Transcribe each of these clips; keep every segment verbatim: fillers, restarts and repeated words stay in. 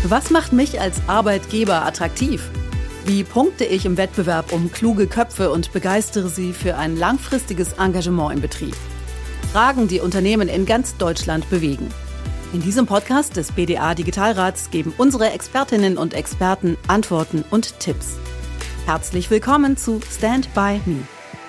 Was macht mich als Arbeitgeber attraktiv? Wie punkte ich im Wettbewerb um kluge Köpfe und begeistere sie für ein langfristiges Engagement im Betrieb? Fragen, die Unternehmen in ganz Deutschland bewegen. In diesem Podcast des B D A Digitalrats geben unsere Expertinnen und Experten Antworten und Tipps. Herzlich willkommen zu Stand by Me.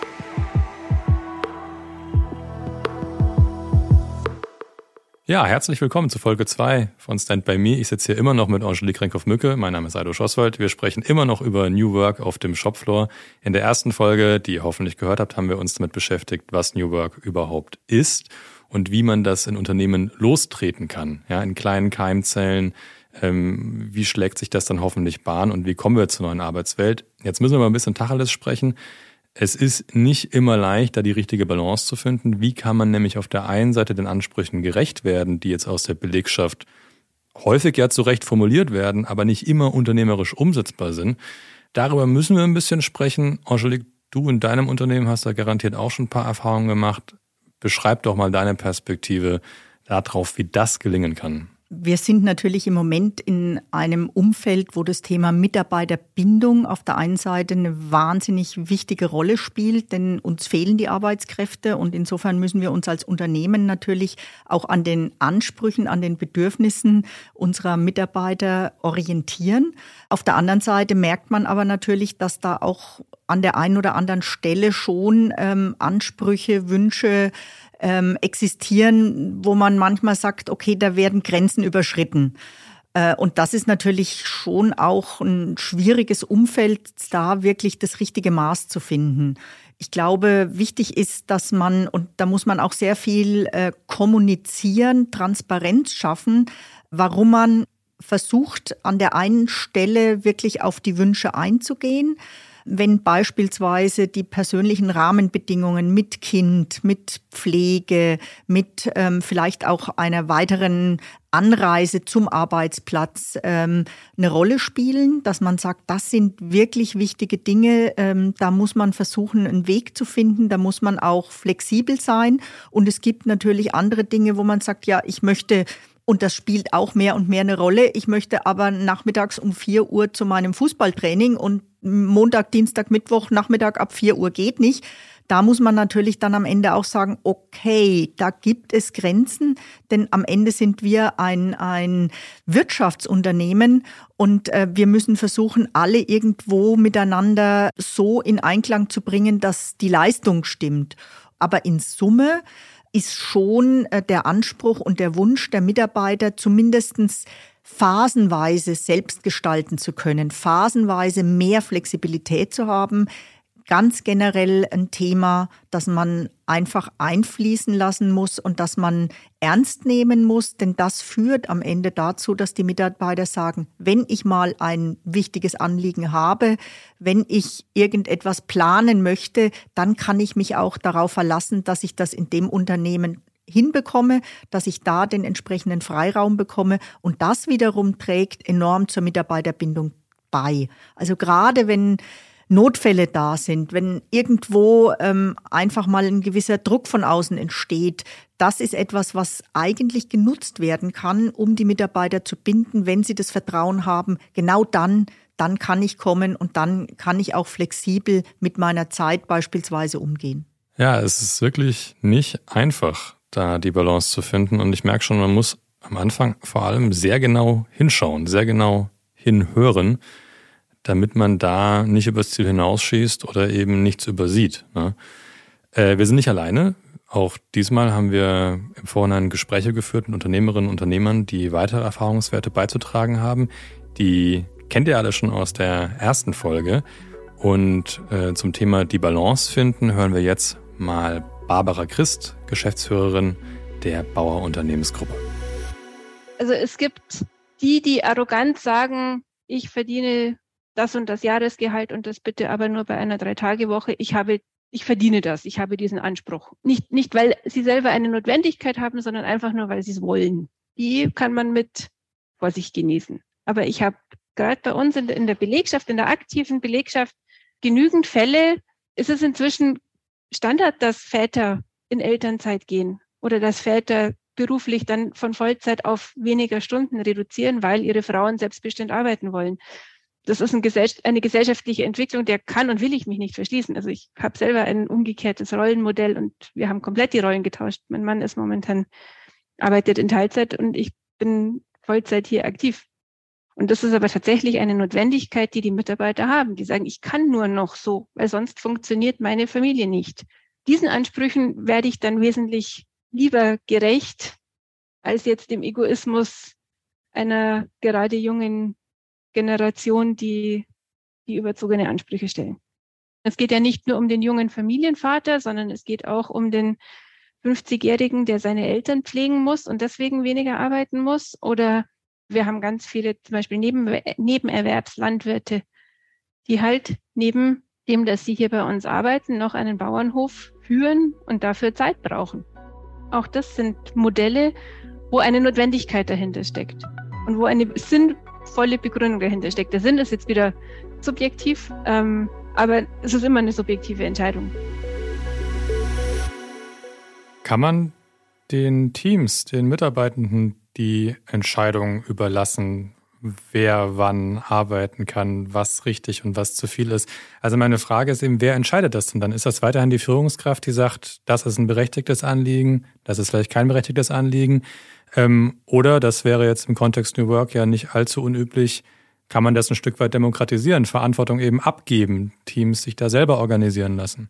Ja, herzlich willkommen zu Folge zwei von Stand by Me. Ich sitze hier immer noch mit Angelique Renkhoff-Mücke. Mein Name ist Aido Schosswald. Wir sprechen immer noch über New Work auf dem Shopfloor. In der ersten Folge, die ihr hoffentlich gehört habt, haben wir uns damit beschäftigt, was New Work überhaupt ist und wie man das in Unternehmen lostreten kann. Ja, in kleinen Keimzellen. Ähm, wie schlägt sich das dann hoffentlich Bahn und wie kommen wir zur neuen Arbeitswelt? Jetzt müssen wir mal ein bisschen Tacheles sprechen. Es ist nicht immer leicht, da die richtige Balance zu finden. Wie kann man nämlich auf der einen Seite den Ansprüchen gerecht werden, die jetzt aus der Belegschaft häufig ja zu Recht formuliert werden, aber nicht immer unternehmerisch umsetzbar sind. Darüber müssen wir ein bisschen sprechen. Angelique, du in deinem Unternehmen hast da garantiert auch schon ein paar Erfahrungen gemacht. Beschreib doch mal deine Perspektive darauf, wie das gelingen kann. Wir sind natürlich im Moment in einem Umfeld, wo das Thema Mitarbeiterbindung auf der einen Seite eine wahnsinnig wichtige Rolle spielt, denn uns fehlen die Arbeitskräfte und insofern müssen wir uns als Unternehmen natürlich auch an den Ansprüchen, an den Bedürfnissen unserer Mitarbeiter orientieren. Auf der anderen Seite merkt man aber natürlich, dass da auch an der einen oder anderen Stelle schon ähm, Ansprüche, Wünsche Ähm, existieren, wo man manchmal sagt, okay, da werden Grenzen überschritten. Äh, und das ist natürlich schon auch ein schwieriges Umfeld, da wirklich das richtige Maß zu finden. Ich glaube, wichtig ist, dass man, und da muss man auch sehr viel äh, kommunizieren, Transparenz schaffen, warum man versucht, an der einen Stelle wirklich auf die Wünsche einzugehen. Wenn beispielsweise die persönlichen Rahmenbedingungen mit Kind, mit Pflege, mit ähm, vielleicht auch einer weiteren Anreise zum Arbeitsplatz ähm, eine Rolle spielen, dass man sagt, das sind wirklich wichtige Dinge, ähm, da muss man versuchen, einen Weg zu finden, da muss man auch flexibel sein. Und es gibt natürlich andere Dinge, wo man sagt, ja, ich möchte, und das spielt auch mehr und mehr eine Rolle, ich möchte aber nachmittags um vier Uhr zu meinem Fußballtraining und Montag, Dienstag, Mittwoch, Nachmittag ab vier Uhr geht nicht. Da muss man natürlich dann am Ende auch sagen, okay, da gibt es Grenzen, denn am Ende sind wir ein, ein Wirtschaftsunternehmen und äh, wir müssen versuchen, alle irgendwo miteinander so in Einklang zu bringen, dass die Leistung stimmt. Aber in Summe ist schon äh, der Anspruch und der Wunsch der Mitarbeiter zumindestens phasenweise selbst gestalten zu können, phasenweise mehr Flexibilität zu haben. Ganz generell ein Thema, das man einfach einfließen lassen muss und das man ernst nehmen muss, denn das führt am Ende dazu, dass die Mitarbeiter sagen, wenn ich mal ein wichtiges Anliegen habe, wenn ich irgendetwas planen möchte, dann kann ich mich auch darauf verlassen, dass ich das in dem Unternehmen hinbekomme, dass ich da den entsprechenden Freiraum bekomme und das wiederum trägt enorm zur Mitarbeiterbindung bei. Also gerade wenn Notfälle da sind, wenn irgendwo ähm, einfach mal ein gewisser Druck von außen entsteht, das ist etwas, was eigentlich genutzt werden kann, um die Mitarbeiter zu binden, wenn sie das Vertrauen haben, genau dann, dann kann ich kommen und dann kann ich auch flexibel mit meiner Zeit beispielsweise umgehen. Ja, es ist wirklich nicht einfach, da die Balance zu finden. Und ich merke schon, man muss am Anfang vor allem sehr genau hinschauen, sehr genau hinhören, damit man da nicht übers Ziel hinausschießt oder eben nichts übersieht. Ne? Äh, wir sind nicht alleine. Auch diesmal haben wir im Vorhinein Gespräche geführt mit Unternehmerinnen und Unternehmern, die weitere Erfahrungswerte beizutragen haben. Die kennt ihr alle schon aus der ersten Folge. Und äh, zum Thema die Balance finden hören wir jetzt mal Barbara Christ, Geschäftsführerin der Bauer Unternehmensgruppe. Also es gibt die, die arrogant sagen, ich verdiene das und das Jahresgehalt und das bitte aber nur bei einer Drei-Tage-Woche. Ich habe, ich verdiene das, ich habe diesen Anspruch. Nicht, nicht, weil sie selber eine Notwendigkeit haben, sondern einfach nur, weil sie es wollen. Die kann man mit Vorsicht genießen. Aber ich habe gerade bei uns in der, in der Belegschaft, in der aktiven Belegschaft, genügend Fälle, ist es inzwischen Standard, dass Väter in Elternzeit gehen oder dass Väter beruflich dann von Vollzeit auf weniger Stunden reduzieren, weil ihre Frauen selbstbestimmt arbeiten wollen. Das ist ein Gesell- eine gesellschaftliche Entwicklung, der kann und will ich mich nicht verschließen. Also ich habe selber ein umgekehrtes Rollenmodell und wir haben komplett die Rollen getauscht. Mein Mann ist momentan, arbeitet in Teilzeit und ich bin Vollzeit hier aktiv. Und das ist aber tatsächlich eine Notwendigkeit, die die Mitarbeiter haben. Die sagen, ich kann nur noch so, weil sonst funktioniert meine Familie nicht. Diesen Ansprüchen werde ich dann wesentlich lieber gerecht, als jetzt dem Egoismus einer gerade jungen Generation, die die überzogene Ansprüche stellen. Es geht ja nicht nur um den jungen Familienvater, sondern es geht auch um den fünfzigjährigen, der seine Eltern pflegen muss und deswegen weniger arbeiten muss. Oder wir haben ganz viele zum Beispiel Neben Nebenerwerbslandwirte, die halt neben dem, dass sie hier bei uns arbeiten, noch einen Bauernhof führen und dafür Zeit brauchen. Auch das sind Modelle, wo eine Notwendigkeit dahinter steckt und wo eine sinnvolle Begründung dahinter steckt. Der Sinn ist jetzt wieder subjektiv, ähm, aber es ist immer eine subjektive Entscheidung. Kann man den Teams, den Mitarbeitenden die Entscheidung überlassen, wer wann arbeiten kann, was richtig und was zu viel ist? Also meine Frage ist eben, wer entscheidet das denn dann? Ist das weiterhin die Führungskraft, die sagt, das ist ein berechtigtes Anliegen, das ist vielleicht kein berechtigtes Anliegen? Ähm, oder, das wäre jetzt im Kontext New Work ja nicht allzu unüblich, kann man das ein Stück weit demokratisieren, Verantwortung eben abgeben, Teams sich da selber organisieren lassen?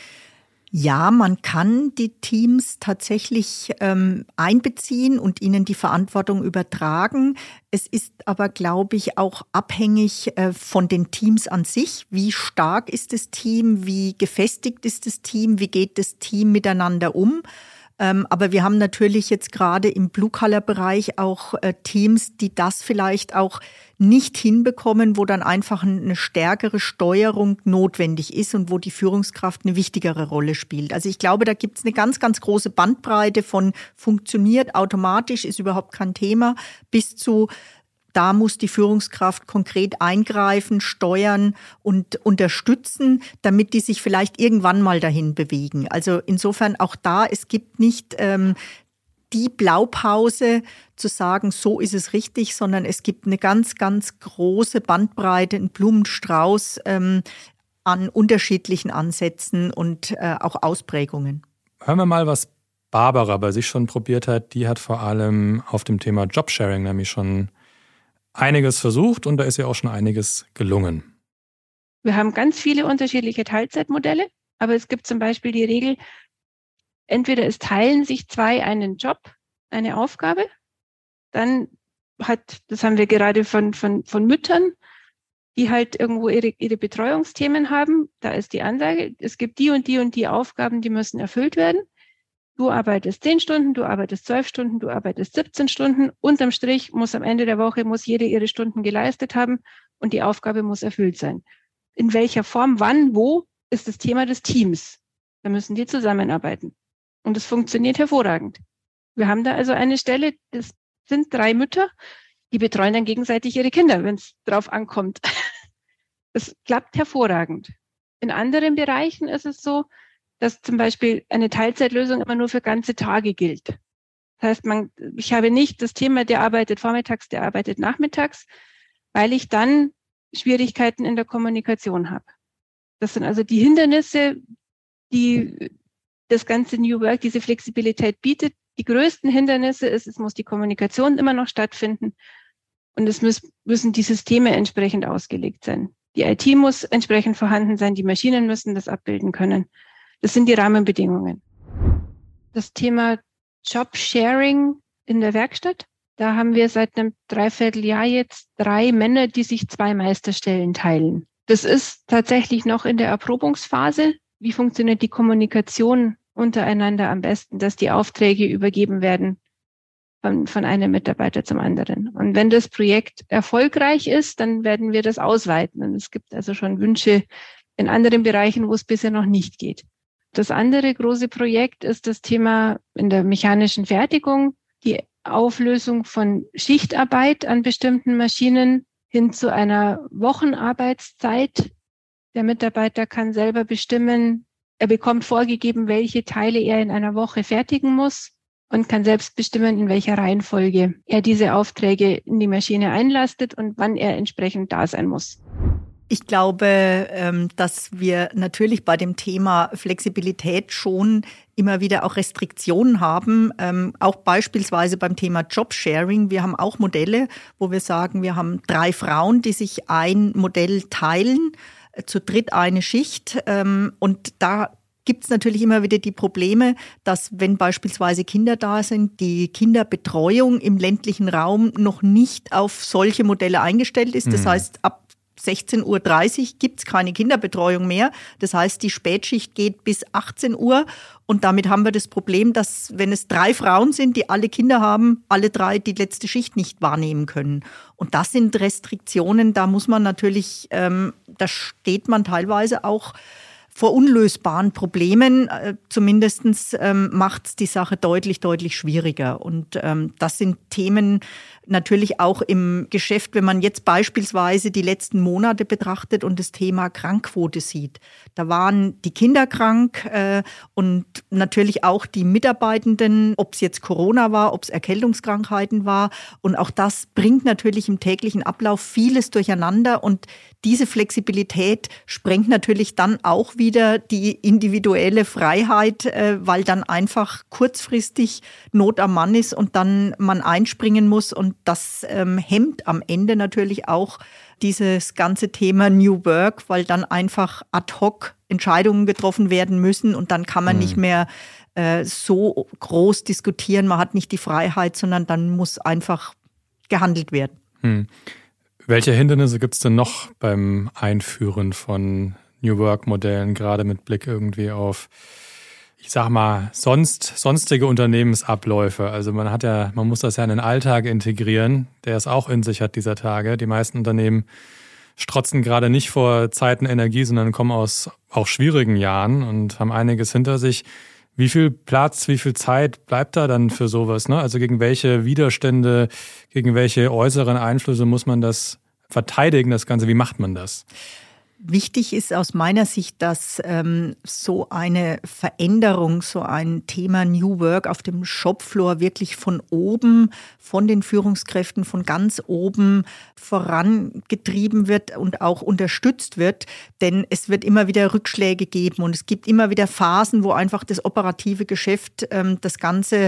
Ja, man kann die Teams tatsächlich ähm, einbeziehen und ihnen die Verantwortung übertragen. Es ist aber, glaube ich, auch abhängig äh, von den Teams an sich. Wie stark ist das Team? Wie gefestigt ist das Team? Wie geht das Team miteinander um? Ähm, aber wir haben natürlich jetzt gerade im Blue-Color-Bereich auch äh, Teams, die das vielleicht auch nicht hinbekommen, wo dann einfach eine stärkere Steuerung notwendig ist und wo die Führungskraft eine wichtigere Rolle spielt. Also ich glaube, da gibt es eine ganz, ganz große Bandbreite von funktioniert automatisch, ist überhaupt kein Thema, bis zu da muss die Führungskraft konkret eingreifen, steuern und unterstützen, damit die sich vielleicht irgendwann mal dahin bewegen. Also insofern auch da, es gibt nicht ähm, die Blaupause zu sagen, so ist es richtig, sondern es gibt eine ganz, ganz große Bandbreite, einen Blumenstrauß ähm, an unterschiedlichen Ansätzen und äh, auch Ausprägungen. Hören wir mal, was Barbara bei sich schon probiert hat. Die hat vor allem auf dem Thema Jobsharing nämlich schon einiges versucht und da ist ja auch schon einiges gelungen. Wir haben ganz viele unterschiedliche Teilzeitmodelle, aber es gibt zum Beispiel die Regel, entweder es teilen sich zwei einen Job, eine Aufgabe, dann hat, das haben wir gerade von, von, von Müttern, die halt irgendwo ihre, ihre Betreuungsthemen haben, da ist die Ansage, es gibt die und die und die Aufgaben, die müssen erfüllt werden. Du arbeitest zehn Stunden, du arbeitest zwölf Stunden, du arbeitest siebzehn Stunden. Unterm Strich muss am Ende der Woche, muss jede ihre Stunden geleistet haben und die Aufgabe muss erfüllt sein. In welcher Form, wann, wo, ist das Thema des Teams. Da müssen die zusammenarbeiten. Und es funktioniert hervorragend. Wir haben da also eine Stelle, das sind drei Mütter, die betreuen dann gegenseitig ihre Kinder, wenn es drauf ankommt. Das klappt hervorragend. In anderen Bereichen ist es so, dass zum Beispiel eine Teilzeitlösung immer nur für ganze Tage gilt. Das heißt, man, ich habe nicht das Thema, der arbeitet vormittags, der arbeitet nachmittags, weil ich dann Schwierigkeiten in der Kommunikation habe. Das sind also die Hindernisse, die das ganze New Work, diese Flexibilität bietet. Die größten Hindernisse ist, es muss die Kommunikation immer noch stattfinden und es muss, müssen die Systeme entsprechend ausgelegt sein. Die I T muss entsprechend vorhanden sein, die Maschinen müssen das abbilden können. Das sind die Rahmenbedingungen. Das Thema Jobsharing in der Werkstatt, da haben wir seit einem Dreivierteljahr jetzt drei Männer, die sich zwei Meisterstellen teilen. Das ist tatsächlich noch in der Erprobungsphase. Wie funktioniert die Kommunikation untereinander am besten, dass die Aufträge übergeben werden von, von einem Mitarbeiter zum anderen. Und wenn das Projekt erfolgreich ist, dann werden wir das ausweiten. Und es gibt also schon Wünsche in anderen Bereichen, wo es bisher noch nicht geht. Das andere große Projekt ist das Thema in der mechanischen Fertigung, die Auflösung von Schichtarbeit an bestimmten Maschinen hin zu einer Wochenarbeitszeit. Der Mitarbeiter kann selber bestimmen, er bekommt vorgegeben, welche Teile er in einer Woche fertigen muss. und kann selbst bestimmen, in welcher Reihenfolge er diese Aufträge in die Maschine einlastet und wann er entsprechend da sein muss. Ich glaube, dass wir natürlich bei dem Thema Flexibilität schon immer wieder auch Restriktionen haben, auch beispielsweise beim Thema Jobsharing. Wir haben auch Modelle, wo wir sagen, wir haben drei Frauen, die sich ein Modell teilen, zu dritt eine Schicht. Und da gibt es natürlich immer wieder die Probleme, dass wenn beispielsweise Kinder da sind, die Kinderbetreuung im ländlichen Raum noch nicht auf solche Modelle eingestellt ist. Das mhm. heißt, ab sechzehn Uhr dreißig gibt es keine Kinderbetreuung mehr. Das heißt, die Spätschicht geht bis achtzehn Uhr. Und damit haben wir das Problem, dass wenn es drei Frauen sind, die alle Kinder haben, alle drei die letzte Schicht nicht wahrnehmen können. Und das sind Restriktionen, da muss man natürlich, ähm, da steht man teilweise auch vor unlösbaren Problemen. Äh, zumindest ähm, macht es die Sache deutlich, deutlich schwieriger. Und ähm, das sind Themen natürlich auch im Geschäft, wenn man jetzt beispielsweise die letzten Monate betrachtet und das Thema Krankquote sieht. Da waren die Kinder krank äh, und natürlich auch die Mitarbeitenden, ob es jetzt Corona war, ob es Erkältungskrankheiten war. Und auch das bringt natürlich im täglichen Ablauf vieles durcheinander. Und diese Flexibilität sprengt natürlich dann auch wieder die individuelle Freiheit, äh, weil dann einfach kurzfristig Not am Mann ist und dann man einspringen muss. Und das ähm, hemmt am Ende natürlich auch dieses ganze Thema New Work, weil dann einfach ad hoc Entscheidungen getroffen werden müssen und dann kann man mhm. nicht mehr äh, so groß diskutieren. Man hat nicht die Freiheit, sondern dann muss einfach gehandelt werden. Mhm. Welche Hindernisse gibt es denn noch beim Einführen von New Work-Modellen, gerade mit Blick irgendwie auf, ich sag mal, sonst, sonstige Unternehmensabläufe? Also man hat ja, man muss das ja in den Alltag integrieren, der es auch in sich hat dieser Tage. Die meisten Unternehmen strotzen gerade nicht vor Zeit und Energie, sondern kommen aus auch schwierigen Jahren und haben einiges hinter sich. Wie viel Platz, wie viel Zeit bleibt da dann für sowas, ne? Also gegen welche Widerstände, gegen welche äußeren Einflüsse muss man das verteidigen, das Ganze? Wie macht man das? Wichtig ist aus meiner Sicht, dass ähm, so eine Veränderung, so ein Thema New Work auf dem Shopfloor wirklich von oben, von den Führungskräften, von ganz oben vorangetrieben wird und auch unterstützt wird. Denn es wird immer wieder Rückschläge geben und es gibt immer wieder Phasen, wo einfach das operative Geschäft ähm, das Ganze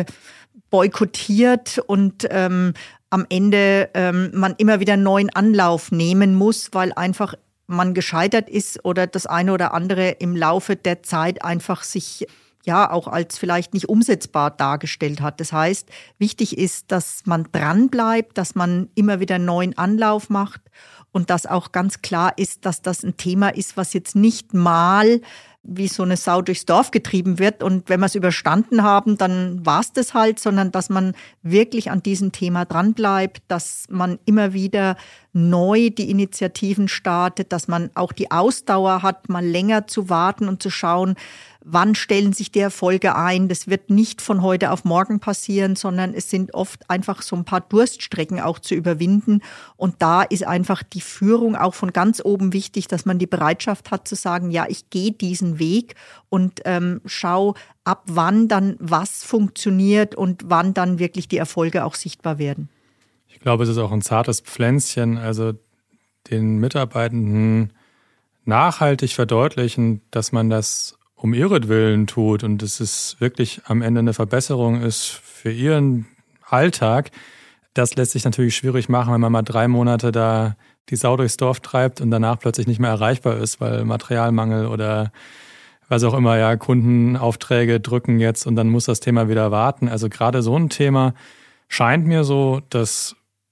boykottiert und ähm, am Ende ähm, man immer wieder einen neuen Anlauf nehmen muss, weil einfach man gescheitert ist oder das eine oder andere im Laufe der Zeit einfach sich ja auch als vielleicht nicht umsetzbar dargestellt hat. Das heißt, wichtig ist, dass man dranbleibt, dass man immer wieder einen neuen Anlauf macht und dass auch ganz klar ist, dass das ein Thema ist, was jetzt nicht mal wie so eine Sau durchs Dorf getrieben wird und wenn wir es überstanden haben, dann war es das halt, sondern dass man wirklich an diesem Thema dranbleibt, dass man immer wieder neu die Initiativen startet, dass man auch die Ausdauer hat, mal länger zu warten und zu schauen, wann stellen sich die Erfolge ein. Das wird nicht von heute auf morgen passieren, sondern es sind oft einfach so ein paar Durststrecken auch zu überwinden. Und da ist einfach die Führung auch von ganz oben wichtig, dass man die Bereitschaft hat zu sagen, ja, ich gehe diesen Weg und ähm, schau, ab wann dann was funktioniert und wann dann wirklich die Erfolge auch sichtbar werden. Ich glaube, es ist auch ein zartes Pflänzchen, also den Mitarbeitenden nachhaltig verdeutlichen, dass man das um ihretwillen tut und dass es wirklich am Ende eine Verbesserung ist für ihren Alltag. Das lässt sich natürlich schwierig machen, wenn man mal drei Monate da die Sau durchs Dorf treibt und danach plötzlich nicht mehr erreichbar ist, weil Materialmangel oder was auch immer, ja, Kundenaufträge drücken jetzt und dann muss das Thema wieder warten. Also gerade so ein Thema scheint mir so, dass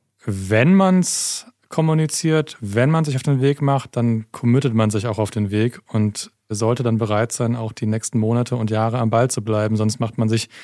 wenn man es kommuniziert, wenn man sich auf den Weg macht, dann committet man sich auch auf den Weg und sollte dann bereit sein, auch die nächsten Monate und Jahre am Ball zu bleiben. Sonst macht man sich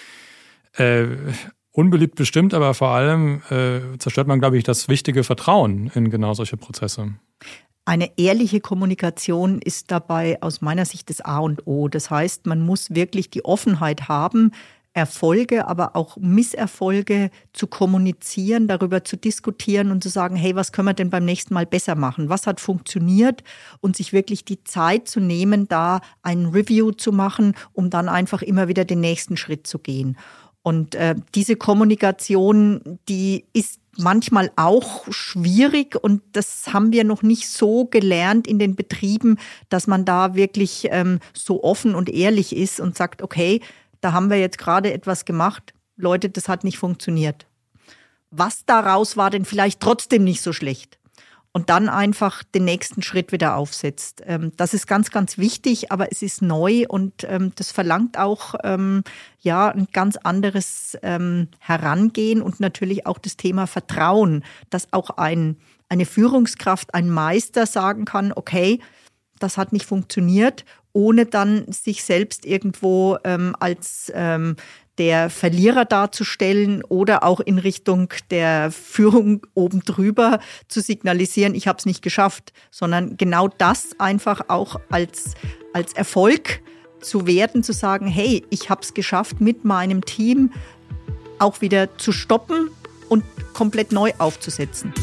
äh, unbeliebt bestimmt, aber vor allem äh, zerstört man, glaube ich, das wichtige Vertrauen in genau solche Prozesse. Eine ehrliche Kommunikation ist dabei aus meiner Sicht das A und O. Das heißt, man muss wirklich die Offenheit haben, Erfolge, aber auch Misserfolge zu kommunizieren, darüber zu diskutieren und zu sagen, hey, was können wir denn beim nächsten Mal besser machen? Was hat funktioniert? Und sich wirklich die Zeit zu nehmen, da ein Review zu machen, um dann einfach immer wieder den nächsten Schritt zu gehen. Und äh, diese Kommunikation, die ist manchmal auch schwierig und das haben wir noch nicht so gelernt in den Betrieben, dass man da wirklich ähm, so offen und ehrlich ist und sagt, okay, da haben wir jetzt gerade etwas gemacht, Leute, das hat nicht funktioniert. Was daraus war denn vielleicht trotzdem nicht so schlecht? Und dann einfach den nächsten Schritt wieder aufsetzt. Das ist ganz, ganz wichtig, aber es ist neu und das verlangt auch ja, ein ganz anderes Herangehen und natürlich auch das Thema Vertrauen, dass auch ein, eine Führungskraft, ein Meister sagen kann, okay, das hat nicht funktioniert, ohne dann sich selbst irgendwo ähm, als ähm, der Verlierer darzustellen oder auch in Richtung der Führung oben drüber zu signalisieren, ich habe es nicht geschafft, sondern genau das einfach auch als, als Erfolg zu werten, zu sagen, hey, ich habe es geschafft, mit meinem Team auch wieder zu stoppen und komplett neu aufzusetzen.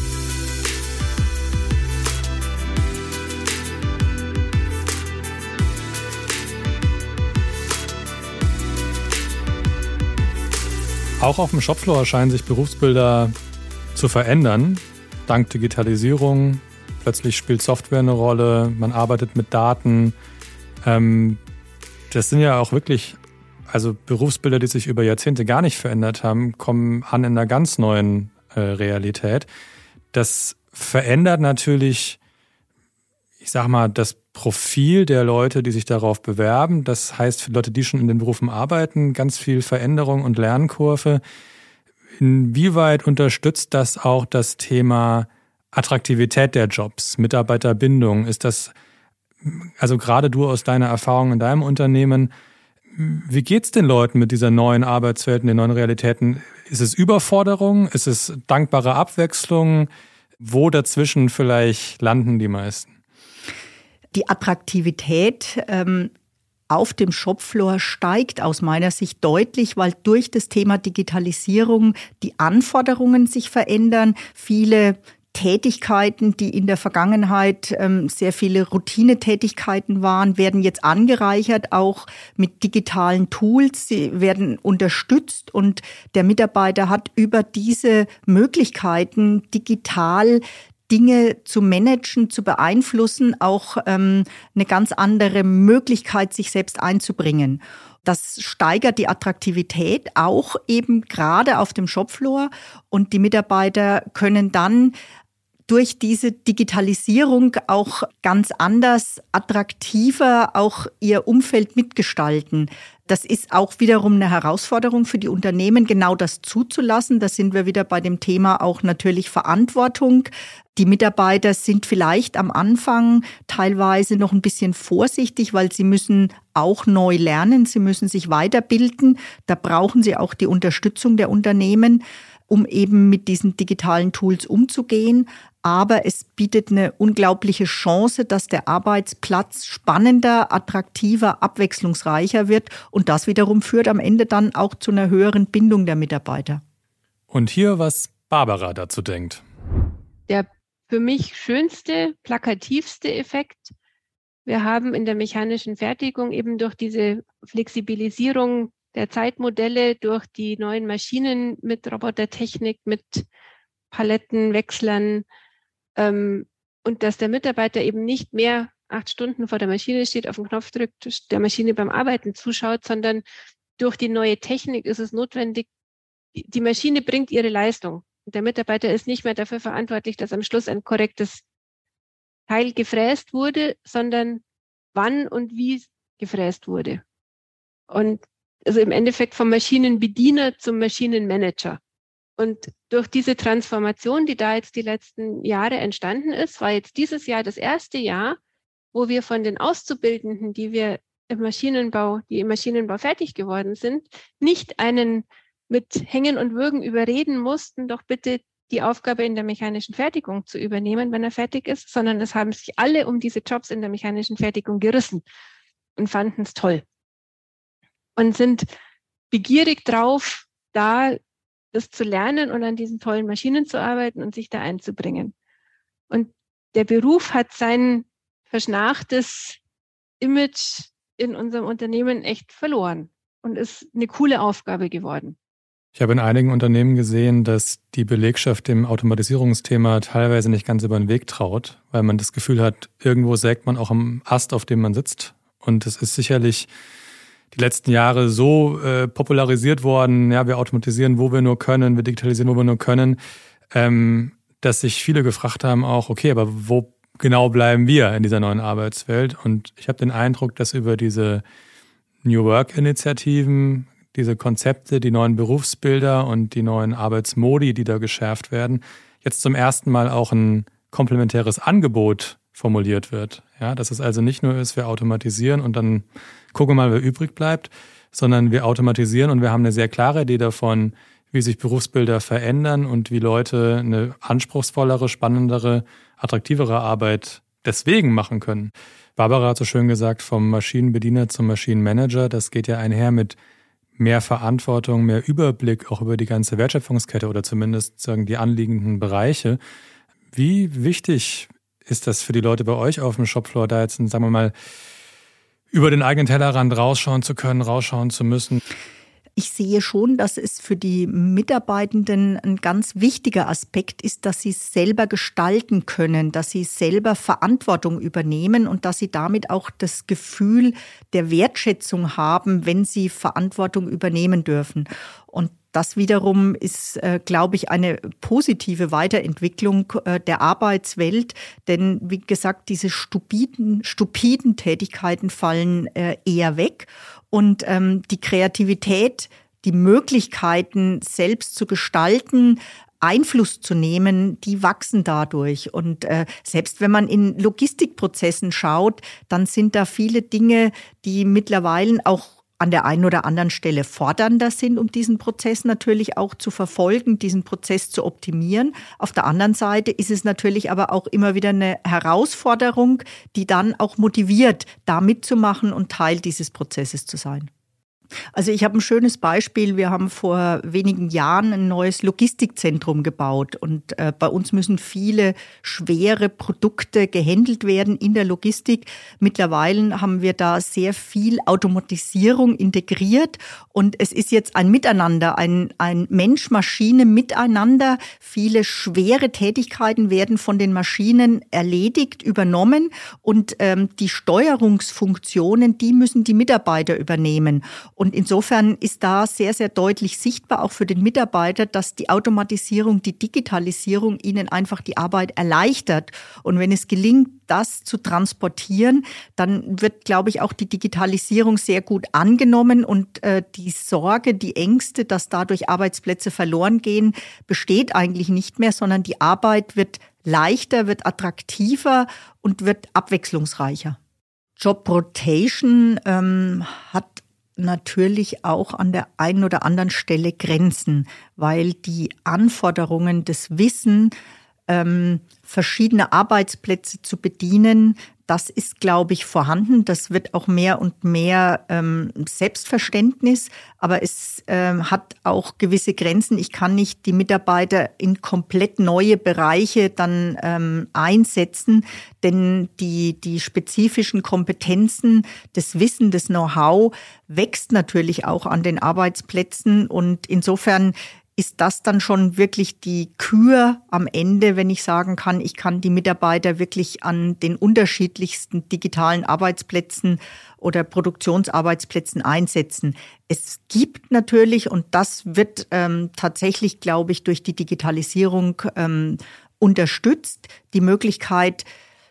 Auch auf dem Shopfloor scheinen sich Berufsbilder zu verändern. Dank Digitalisierung, plötzlich spielt Software eine Rolle, man arbeitet mit Daten. Ähm, das sind ja auch wirklich, also Berufsbilder, die sich über Jahrzehnte gar nicht verändert haben, kommen an in einer ganz neuen äh, Realität. Das verändert natürlich, ich sag mal, das Profil der Leute, die sich darauf bewerben. Das heißt, für Leute, die schon in den Berufen arbeiten, ganz viel Veränderung und Lernkurve. Inwieweit unterstützt das auch das Thema Attraktivität der Jobs, Mitarbeiterbindung? Ist das, also gerade du aus deiner Erfahrung in deinem Unternehmen, wie geht's den Leuten mit dieser neuen Arbeitswelt und den neuen Realitäten? Ist es Überforderung? Ist es dankbare Abwechslung? Wo dazwischen vielleicht landen die meisten? Die Attraktivität ähm, auf dem Shopfloor steigt aus meiner Sicht deutlich, weil durch das Thema Digitalisierung die Anforderungen sich verändern. Viele Tätigkeiten, die in der Vergangenheit ähm, sehr viele Routinetätigkeiten waren, werden jetzt angereichert, auch mit digitalen Tools. Sie werden unterstützt und der Mitarbeiter hat über diese Möglichkeiten digital Dinge zu managen, zu beeinflussen, auch ähm, eine ganz andere Möglichkeit, sich selbst einzubringen. Das steigert die Attraktivität auch eben gerade auf dem Shopfloor und die Mitarbeiter können dann durch diese Digitalisierung auch ganz anders, attraktiver auch ihr Umfeld mitgestalten. Das ist auch wiederum eine Herausforderung für die Unternehmen, genau das zuzulassen. Da sind wir wieder bei dem Thema auch natürlich Verantwortung. Die Mitarbeiter sind vielleicht am Anfang teilweise noch ein bisschen vorsichtig, weil sie müssen auch neu lernen, sie müssen sich weiterbilden. Da brauchen sie auch die Unterstützung der Unternehmen, um eben mit diesen digitalen Tools umzugehen. Aber es bietet eine unglaubliche Chance, dass der Arbeitsplatz spannender, attraktiver, abwechslungsreicher wird. Und das wiederum führt am Ende dann auch zu einer höheren Bindung der Mitarbeiter. Und hier, was Barbara dazu denkt. Der für mich schönste, plakativste Effekt. Wir haben in der mechanischen Fertigung eben durch diese Flexibilisierung der Zeitmodelle, durch die neuen Maschinen mit Robotertechnik, mit Palettenwechslern, ähm, und dass der Mitarbeiter eben nicht mehr acht Stunden vor der Maschine steht, auf den Knopf drückt, der Maschine beim Arbeiten zuschaut, sondern durch die neue Technik ist es notwendig, die Maschine bringt ihre Leistung. Der Mitarbeiter ist nicht mehr dafür verantwortlich, dass am Schluss ein korrektes Teil gefräst wurde, sondern wann und wie gefräst wurde. Und also im Endeffekt vom Maschinenbediener zum Maschinenmanager. Und durch diese Transformation, die da jetzt die letzten Jahre entstanden ist, war jetzt dieses Jahr das erste Jahr, wo wir von den Auszubildenden, die wir im Maschinenbau, die im Maschinenbau fertig geworden sind, nicht einen mit Hängen und Würgen überreden mussten, doch bitte die Aufgabe in der mechanischen Fertigung zu übernehmen, wenn er fertig ist, sondern es haben sich alle um diese Jobs in der mechanischen Fertigung gerissen und fanden es toll. Und sind begierig drauf, da das zu lernen und an diesen tollen Maschinen zu arbeiten und sich da einzubringen. Und der Beruf hat sein verschnachtes Image in unserem Unternehmen echt verloren und ist eine coole Aufgabe geworden. Ich habe in einigen Unternehmen gesehen, dass die Belegschaft dem Automatisierungsthema teilweise nicht ganz über den Weg traut, weil man das Gefühl hat, irgendwo sägt man auch am Ast, auf dem man sitzt. Und es ist sicherlich die letzten Jahre so äh, popularisiert worden, ja, wir automatisieren, wo wir nur können, wir digitalisieren, wo wir nur können, ähm, dass sich viele gefragt haben auch, okay, aber wo genau bleiben wir in dieser neuen Arbeitswelt? Und ich habe den Eindruck, dass über diese New Work-Initiativen, diese Konzepte, die neuen Berufsbilder und die neuen Arbeitsmodi, die da geschärft werden, jetzt zum ersten Mal auch ein komplementäres Angebot formuliert wird. Ja, dass es also nicht nur ist, wir automatisieren und dann gucken wir mal, wer übrig bleibt, sondern wir automatisieren und wir haben eine sehr klare Idee davon, wie sich Berufsbilder verändern und wie Leute eine anspruchsvollere, spannendere, attraktivere Arbeit deswegen machen können. Barbara hat so schön gesagt, vom Maschinenbediener zum Maschinenmanager, das geht ja einher mit mehr Verantwortung, mehr Überblick auch über die ganze Wertschöpfungskette oder zumindest sagen die anliegenden Bereiche. Wie wichtig ist das für die Leute bei euch auf dem Shopfloor, da jetzt, sagen wir mal, über den eigenen Tellerrand rausschauen zu können, rausschauen zu müssen? Ich sehe schon, dass es für die Mitarbeitenden ein ganz wichtiger Aspekt ist, dass sie es selber gestalten können, dass sie selber Verantwortung übernehmen und dass sie damit auch das Gefühl der Wertschätzung haben, wenn sie Verantwortung übernehmen dürfen. Und das wiederum ist, äh, glaube ich, eine positive Weiterentwicklung äh, der Arbeitswelt. Denn, wie gesagt, diese stupiden, stupiden Tätigkeiten fallen äh, eher weg. Und ähm, die Kreativität, die Möglichkeiten, selbst zu gestalten, Einfluss zu nehmen, die wachsen dadurch. Und äh, selbst wenn man in Logistikprozessen schaut, dann sind da viele Dinge, die mittlerweile auch an der einen oder anderen Stelle fordernder sind, um diesen Prozess natürlich auch zu verfolgen, diesen Prozess zu optimieren. Auf der anderen Seite ist es natürlich aber auch immer wieder eine Herausforderung, die dann auch motiviert, da mitzumachen und Teil dieses Prozesses zu sein. Also ich habe ein schönes Beispiel. Wir haben vor wenigen Jahren ein neues Logistikzentrum gebaut und äh, bei uns müssen viele schwere Produkte gehandelt werden in der Logistik. Mittlerweile haben wir da sehr viel Automatisierung integriert und es ist jetzt ein Miteinander, ein, ein Mensch-Maschine-Miteinander. Viele schwere Tätigkeiten werden von den Maschinen erledigt, übernommen und ähm, die Steuerungsfunktionen, die müssen die Mitarbeiter übernehmen. Und insofern ist da sehr, sehr deutlich sichtbar, auch für den Mitarbeiter, dass die Automatisierung, die Digitalisierung ihnen einfach die Arbeit erleichtert. Und wenn es gelingt, das zu transportieren, dann wird, glaube ich, auch die Digitalisierung sehr gut angenommen. Und äh, die Sorge, die Ängste, dass dadurch Arbeitsplätze verloren gehen, besteht eigentlich nicht mehr, sondern die Arbeit wird leichter, wird attraktiver und wird abwechslungsreicher. Job Rotation ähm, hat natürlich auch an der einen oder anderen Stelle Grenzen, weil die Anforderungen des Wissens, ähm, verschiedene Arbeitsplätze zu bedienen, das ist, glaube ich, vorhanden. Das wird auch mehr und mehr ähm, Selbstverständnis, aber es ähm, hat auch gewisse Grenzen. Ich kann nicht die Mitarbeiter in komplett neue Bereiche dann ähm, einsetzen, denn die, die spezifischen Kompetenzen, das Wissen, das Know-how wächst natürlich auch an den Arbeitsplätzen und insofern ist das dann schon wirklich die Kür am Ende, wenn ich sagen kann, ich kann die Mitarbeiter wirklich an den unterschiedlichsten digitalen Arbeitsplätzen oder Produktionsarbeitsplätzen einsetzen. Es gibt natürlich, und das wird ähm, tatsächlich, glaube ich, durch die Digitalisierung ähm, unterstützt, die Möglichkeit,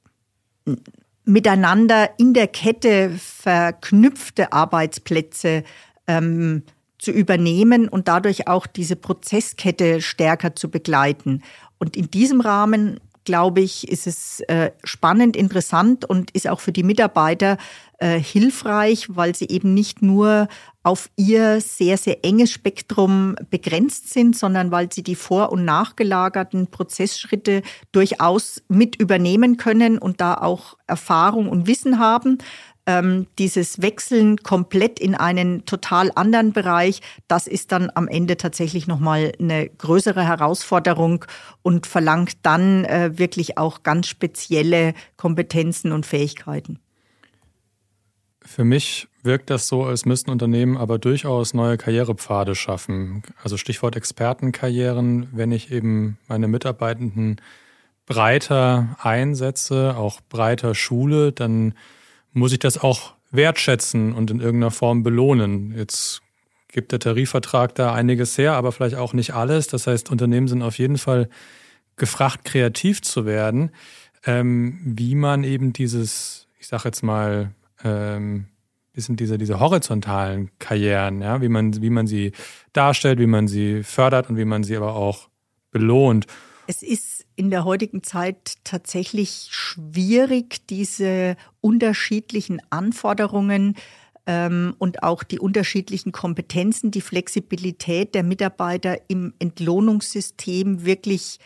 miteinander in der Kette verknüpfte Arbeitsplätze ähm, zu übernehmen und dadurch auch diese Prozesskette stärker zu begleiten. Und in diesem Rahmen, glaube ich, ist es äh, spannend, interessant und ist auch für die Mitarbeiter äh, hilfreich, weil sie eben nicht nur auf ihr sehr, sehr enges Spektrum begrenzt sind, sondern weil sie die vor- und nachgelagerten Prozessschritte durchaus mit übernehmen können und da auch Erfahrung und Wissen haben. Ähm, dieses Wechseln komplett in einen total anderen Bereich, das ist dann am Ende tatsächlich nochmal eine größere Herausforderung und verlangt dann äh, wirklich auch ganz spezielle Kompetenzen und Fähigkeiten. Für mich wirkt das so, als müssten Unternehmen aber durchaus neue Karrierepfade schaffen. Also Stichwort Expertenkarrieren, wenn ich eben meine Mitarbeitenden breiter einsetze, auch breiter schule, dann muss ich das auch wertschätzen und in irgendeiner Form belohnen. Jetzt gibt der Tarifvertrag da einiges her, aber vielleicht auch nicht alles. Das heißt, Unternehmen sind auf jeden Fall gefragt, kreativ zu werden, ähm, wie man eben dieses, ich sage jetzt mal, ähm, bisschen diese, diese horizontalen Karrieren, ja, wie man, wie man sie darstellt, wie man sie fördert und wie man sie aber auch belohnt. Es ist in der heutigen Zeit tatsächlich schwierig, diese unterschiedlichen Anforderungen ähm, und auch die unterschiedlichen Kompetenzen, die Flexibilität der Mitarbeiter im Entlohnungssystem wirklich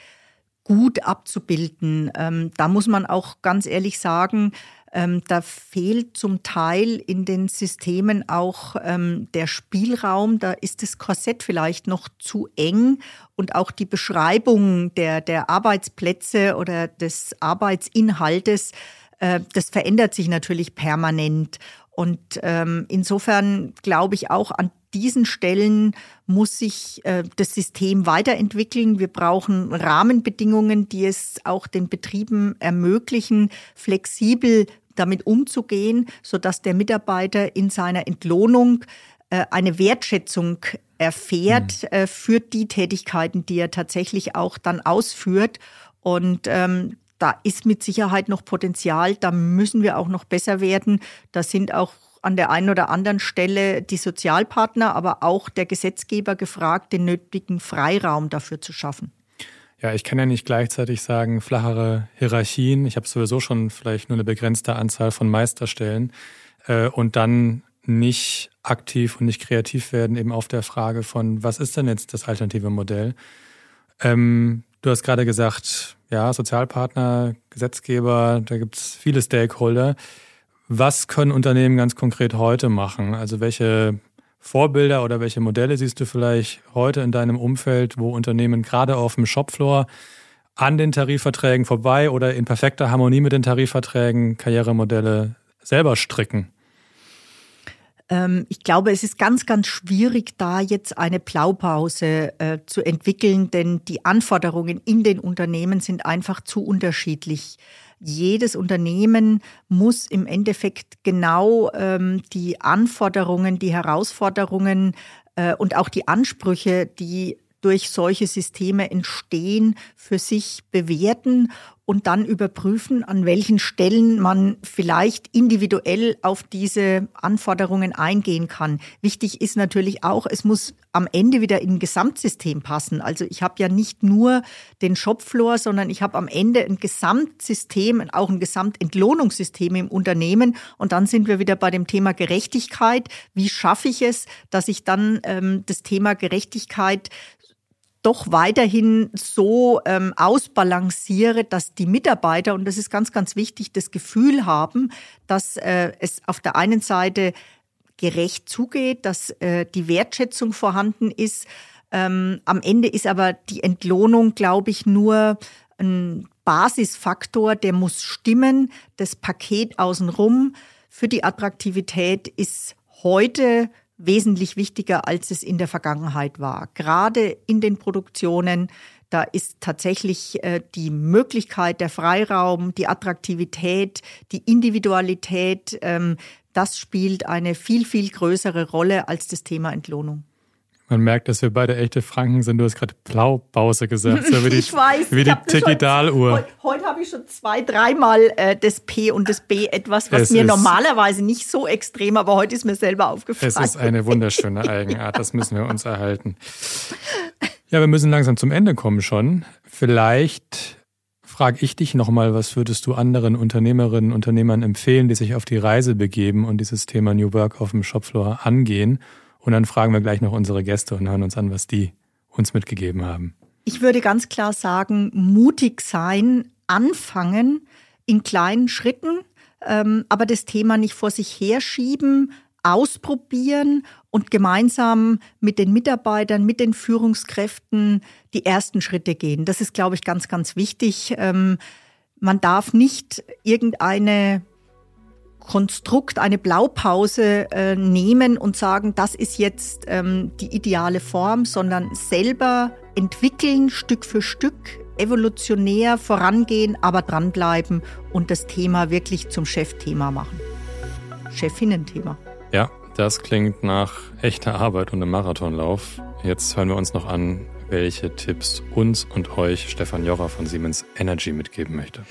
gut abzubilden. Ähm, da muss man auch ganz ehrlich sagen, Ähm, da fehlt zum Teil in den Systemen auch ähm, der Spielraum. Da ist das Korsett vielleicht noch zu eng und auch die Beschreibung der, der Arbeitsplätze oder des Arbeitsinhaltes, äh, das verändert sich natürlich permanent. Und ähm, insofern glaube ich auch, an diesen Stellen muss sich äh, das System weiterentwickeln. Wir brauchen Rahmenbedingungen, die es auch den Betrieben ermöglichen, flexibel damit umzugehen, sodass der Mitarbeiter in seiner Entlohnung äh, eine Wertschätzung erfährt mhm. äh, für die Tätigkeiten, die er tatsächlich auch dann ausführt. Und ähm, da ist mit Sicherheit noch Potenzial, da müssen wir auch noch besser werden. Da sind auch an der einen oder anderen Stelle die Sozialpartner, aber auch der Gesetzgeber gefragt, den nötigen Freiraum dafür zu schaffen. Ja, ich kann ja nicht gleichzeitig sagen, flachere Hierarchien. Ich habe sowieso schon vielleicht nur eine begrenzte Anzahl von Meisterstellen äh, und dann nicht aktiv und nicht kreativ werden eben auf der Frage von, was ist denn jetzt das alternative Modell? Ähm, du hast gerade gesagt, ja, Sozialpartner, Gesetzgeber, da gibt es viele Stakeholder. Was können Unternehmen ganz konkret heute machen? Also welche Vorbilder oder welche Modelle siehst du vielleicht heute in deinem Umfeld, wo Unternehmen gerade auf dem Shopfloor an den Tarifverträgen vorbei oder in perfekter Harmonie mit den Tarifverträgen Karrieremodelle selber stricken? Ähm, ich glaube, es ist ganz, ganz schwierig, da jetzt eine Blaupause äh, zu entwickeln, denn die Anforderungen in den Unternehmen sind einfach zu unterschiedlich. Jedes Unternehmen muss im Endeffekt genau ähm, die Anforderungen, die Herausforderungen äh, und auch die Ansprüche, die durch solche Systeme entstehen, für sich bewerten und dann überprüfen, an welchen Stellen man vielleicht individuell auf diese Anforderungen eingehen kann. Wichtig ist natürlich auch, es muss am Ende wieder in ein Gesamtsystem passen. Also ich habe ja nicht nur den Shopfloor, sondern ich habe am Ende ein Gesamtsystem, auch ein Gesamtentlohnungssystem im Unternehmen. Und dann sind wir wieder bei dem Thema Gerechtigkeit. Wie schaffe ich es, dass ich dann ähm, das Thema Gerechtigkeit doch weiterhin so ähm, ausbalanciere, dass die Mitarbeiter, und das ist ganz, ganz wichtig, das Gefühl haben, dass äh, es auf der einen Seite gerecht zugeht, dass äh, die Wertschätzung vorhanden ist. Ähm, am Ende ist aber die Entlohnung, glaube ich, nur ein Basisfaktor, der muss stimmen. Das Paket außenrum für die Attraktivität ist heute wesentlich wichtiger, als es in der Vergangenheit war. Gerade in den Produktionen, da ist tatsächlich äh, die Möglichkeit, der Freiraum, die Attraktivität, die Individualität, ähm, das spielt eine viel, viel größere Rolle als das Thema Entlohnung. Man merkt, dass wir beide echte Franken sind. Du hast gerade Blaupause gesagt. So wie die, ich weiß. Wie die Digital-Uhr. Heute, heute habe ich schon zwei, dreimal äh, das P und das B, etwas, was es mir normalerweise nicht so extrem, aber heute ist mir selber aufgefallen. Es ist eine wunderschöne Eigenart. Das müssen wir uns erhalten. Ja, wir müssen langsam zum Ende kommen schon. Vielleicht frage ich dich nochmal, was würdest du anderen Unternehmerinnen und Unternehmern empfehlen, die sich auf die Reise begeben und dieses Thema New Work auf dem Shopfloor angehen? Und dann fragen wir gleich noch unsere Gäste und hören uns an, was die uns mitgegeben haben. Ich würde ganz klar sagen, mutig sein, anfangen in kleinen Schritten, ähm, aber das Thema nicht vor sich herschieben, ausprobieren und gemeinsam mit den Mitarbeitern, mit den Führungskräften die ersten Schritte gehen. Das ist, glaube ich, ganz, ganz wichtig. Ähm, man darf nicht irgendeine Konstrukt, eine Blaupause äh, nehmen und sagen, das ist jetzt ähm, die ideale Form, sondern selber entwickeln, Stück für Stück, evolutionär vorangehen, aber dranbleiben und das Thema wirklich zum Chefthema machen. Chefinnen-Thema. Ja, das klingt nach echter Arbeit und einem Marathonlauf. Jetzt hören wir uns noch an, welche Tipps uns und euch Stefan Jocher von Siemens Energy mitgeben möchte.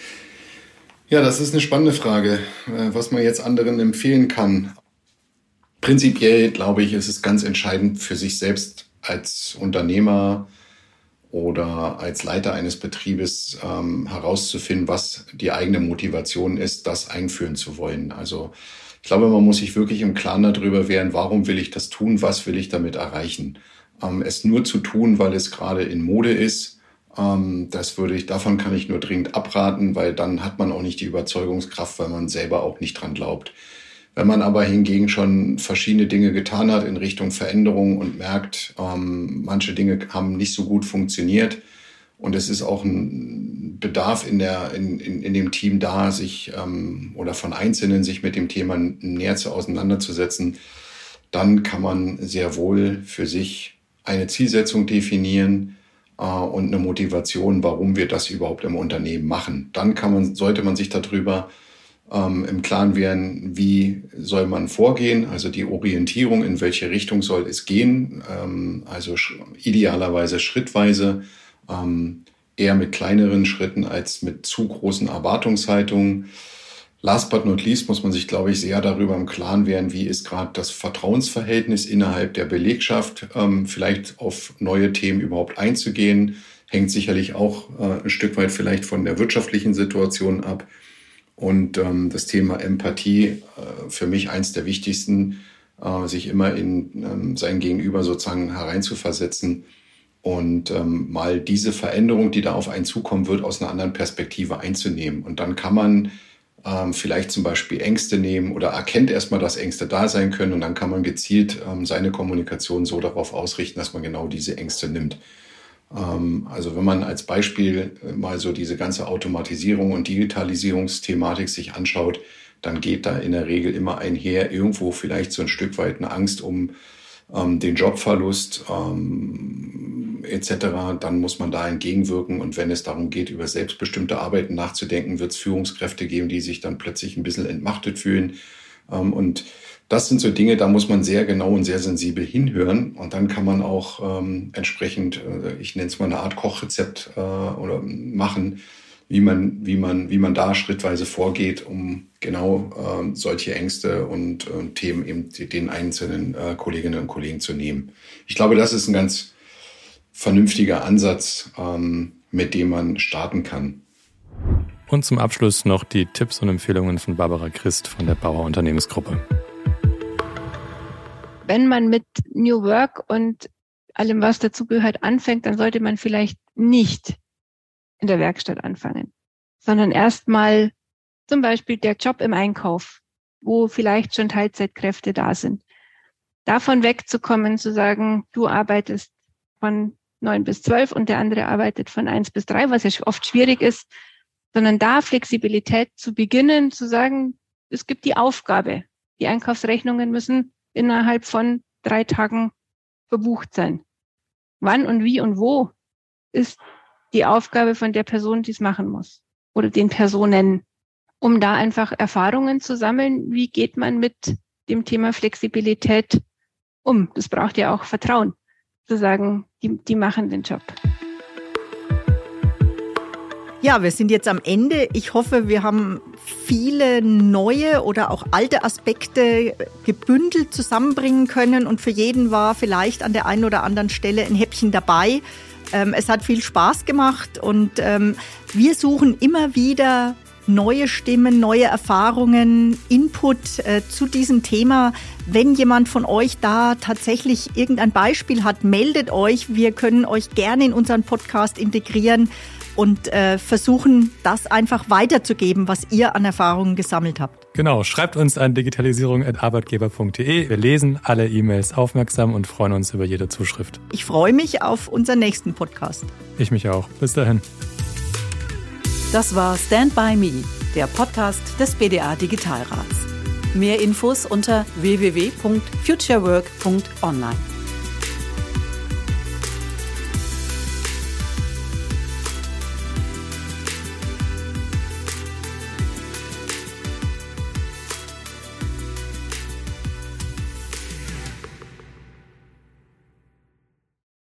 Ja, das ist eine spannende Frage, was man jetzt anderen empfehlen kann. Prinzipiell, glaube ich, ist es ganz entscheidend für sich selbst als Unternehmer oder als Leiter eines Betriebes ähm, herauszufinden, was die eigene Motivation ist, das einführen zu wollen. Also ich glaube, man muss sich wirklich im Klaren darüber werden, warum will ich das tun, was will ich damit erreichen. Ähm, es nur zu tun, weil es gerade in Mode ist, ähm, das würde ich, davon kann ich nur dringend abraten, weil dann hat man auch nicht die Überzeugungskraft, weil man selber auch nicht dran glaubt. Wenn man aber hingegen schon verschiedene Dinge getan hat in Richtung Veränderung und merkt, ähm, manche Dinge haben nicht so gut funktioniert und es ist auch ein Bedarf in der in, in, in dem Team da, sich ähm, oder von Einzelnen sich mit dem Thema näher zu auseinanderzusetzen, dann kann man sehr wohl für sich eine Zielsetzung definieren äh, und eine Motivation, warum wir das überhaupt im Unternehmen machen. Dann kann man, sollte man sich darüber ähm, im Klaren werden, wie soll man vorgehen, also die Orientierung, in welche Richtung soll es gehen, ähm, also sch- idealerweise schrittweise, ähm, eher mit kleineren Schritten als mit zu großen Erwartungshaltungen. Last but not least muss man sich, glaube ich, sehr darüber im Klaren werden, wie ist gerade das Vertrauensverhältnis innerhalb der Belegschaft, ähm, vielleicht auf neue Themen überhaupt einzugehen. Hängt sicherlich auch äh, ein Stück weit vielleicht von der wirtschaftlichen Situation ab. Und ähm, das Thema Empathie, äh, für mich eins der wichtigsten, äh, sich immer in ähm, sein Gegenüber sozusagen hereinzuversetzen und ähm, mal diese Veränderung, die da auf einen zukommen wird, aus einer anderen Perspektive einzunehmen. Und dann kann man ähm, vielleicht zum Beispiel Ängste nehmen oder erkennt erstmal, dass Ängste da sein können und dann kann man gezielt ähm, seine Kommunikation so darauf ausrichten, dass man genau diese Ängste nimmt. Ähm, also wenn man als Beispiel mal so diese ganze Automatisierung und Digitalisierungsthematik sich anschaut, dann geht da in der Regel immer einher irgendwo vielleicht so ein Stück weit eine Angst um ähm, den Jobverlust ähm, et cetera. Dann muss man da entgegenwirken und wenn es darum geht, über selbstbestimmte Arbeiten nachzudenken, wird es Führungskräfte geben, die sich dann plötzlich ein bisschen entmachtet fühlen ähm, und das sind so Dinge, da muss man sehr genau und sehr sensibel hinhören und dann kann man auch ähm, entsprechend, äh, ich nenne es mal eine Art Kochrezept äh, oder machen, wie man, wie man, wie man da schrittweise vorgeht, um genau äh, solche Ängste und äh, Themen eben den einzelnen äh, Kolleginnen und Kollegen zu nehmen. Ich glaube, das ist ein ganz vernünftiger Ansatz, ähm, mit dem man starten kann. Und zum Abschluss noch die Tipps und Empfehlungen von Barbara Christ von der Bauer Unternehmensgruppe. Wenn man mit New Work und allem, was dazugehört, anfängt, dann sollte man vielleicht nicht in der Werkstatt anfangen, sondern erstmal zum Beispiel der Job im Einkauf, wo vielleicht schon Teilzeitkräfte da sind. Davon wegzukommen, zu sagen, du arbeitest von neun bis zwölf und der andere arbeitet von eins bis drei, was ja oft schwierig ist, sondern da Flexibilität zu beginnen, zu sagen, es gibt die Aufgabe, die Einkaufsrechnungen müssen innerhalb von drei Tagen verbucht sein. Wann und wie und wo ist die Aufgabe von der Person, die es machen muss oder den Personen, um da einfach Erfahrungen zu sammeln. Wie geht man mit dem Thema Flexibilität um? Das braucht ja auch Vertrauen, zu sagen, die, die machen den Job. Ja, wir sind jetzt am Ende. Ich hoffe, wir haben viele neue oder auch alte Aspekte gebündelt zusammenbringen können und für jeden war vielleicht an der einen oder anderen Stelle ein Häppchen dabei. Ähm, es hat viel Spaß gemacht und ähm, wir suchen immer wieder neue Stimmen, neue Erfahrungen, Input äh, zu diesem Thema. Wenn jemand von euch da tatsächlich irgendein Beispiel hat, meldet euch. Wir können euch gerne in unseren Podcast integrieren und äh, versuchen, das einfach weiterzugeben, was ihr an Erfahrungen gesammelt habt. Genau, schreibt uns an digitalisierung at arbeitgeber punkt de. Wir lesen alle E-Mails aufmerksam und freuen uns über jede Zuschrift. Ich freue mich auf unseren nächsten Podcast. Ich mich auch. Bis dahin. Das war Stand by Me, der Podcast des B D A Digitalrats. Mehr Infos unter w w w punkt futurework punkt online.